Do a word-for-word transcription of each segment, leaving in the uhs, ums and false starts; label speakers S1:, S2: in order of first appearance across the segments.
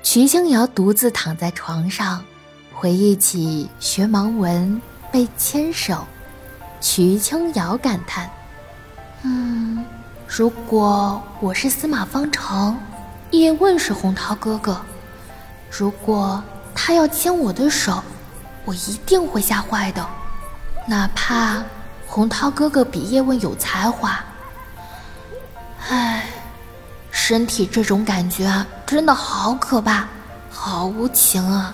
S1: 瞿青瑶独自躺在床上，回忆起学盲文被牵手。瞿青瑶感叹：嗯，如果我是司马方成，叶问是洪涛哥哥，如果他要牵我的手，我一定会吓坏的，哪怕洪涛哥哥比叶问有才华。唉，身体这种感觉啊，真的好可怕，好无情啊。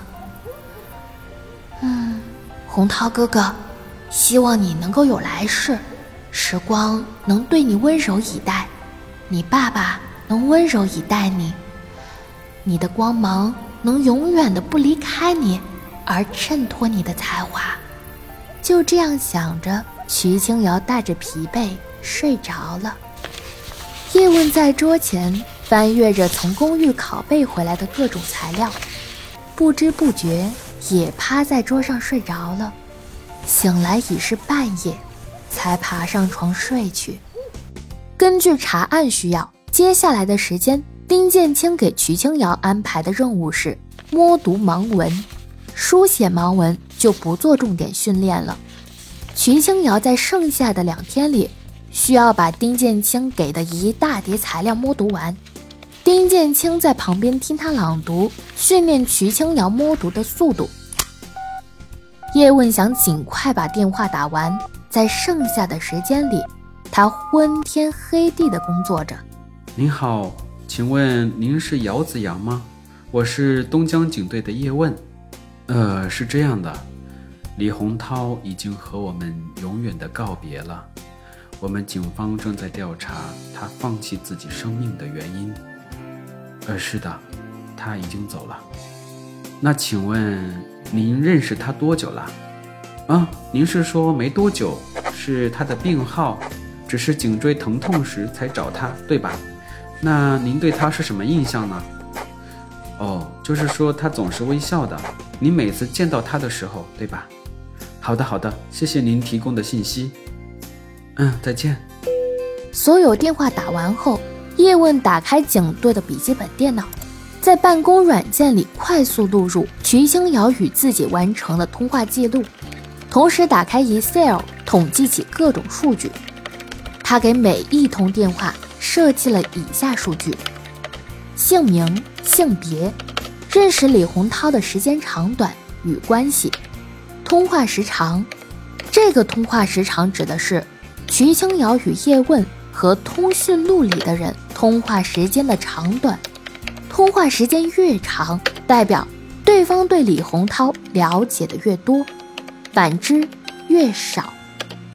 S1: 嗯，洪涛哥哥，希望你能够有来世，时光能对你温柔以待，你爸爸能温柔以待你，你的光芒能永远的不离开你，而衬托你的才华。就这样想着，瞿青瑶带着疲惫睡着了。叶问在桌前翻阅着从公寓拷贝回来的各种材料，不知不觉也趴在桌上睡着了。醒来已是半夜，才爬上床睡去。根据查案需要，接下来的时间，丁建清给瞿青瑶安排的任务是摸读盲文，书写盲文就不做重点训练了。瞿青瑶在剩下的两天里，需要把丁建清给的一大叠材料摸读完。丁建清在旁边听他朗读，训练瞿青瑶摸读的速度。叶问想尽快把电话打完，在剩下的时间里，他昏天黑地地工作着。
S2: 您好，请问您是姚子阳吗？我是东江警队的叶问。呃，是这样的，李洪涛已经和我们永远的告别了。我们警方正在调查他放弃自己生命的原因。呃，是的，他已经走了。那请问您认识他多久了？啊，您是说没多久，是他的病号，只是颈椎疼痛时才找他，对吧？那您对他是什么印象呢？哦，就是说他总是微笑的，您每次见到他的时候，对吧？好的好的，谢谢您提供的信息。嗯，再见。
S1: 所有电话打完后，叶问打开警队的笔记本电脑，在办公软件里快速录入瞿青瑶与自己完成的通话记录，同时打开 Excel 统计起各种数据。他给每一通电话设计了以下数据：姓名、性别、认识李洪涛的时间长短与关系、通话时长。这个通话时长指的是瞿青瑶与叶问和通讯录里的人通话时间的长短，通话时间越长，代表对方对李洪涛了解的越多，反之越少。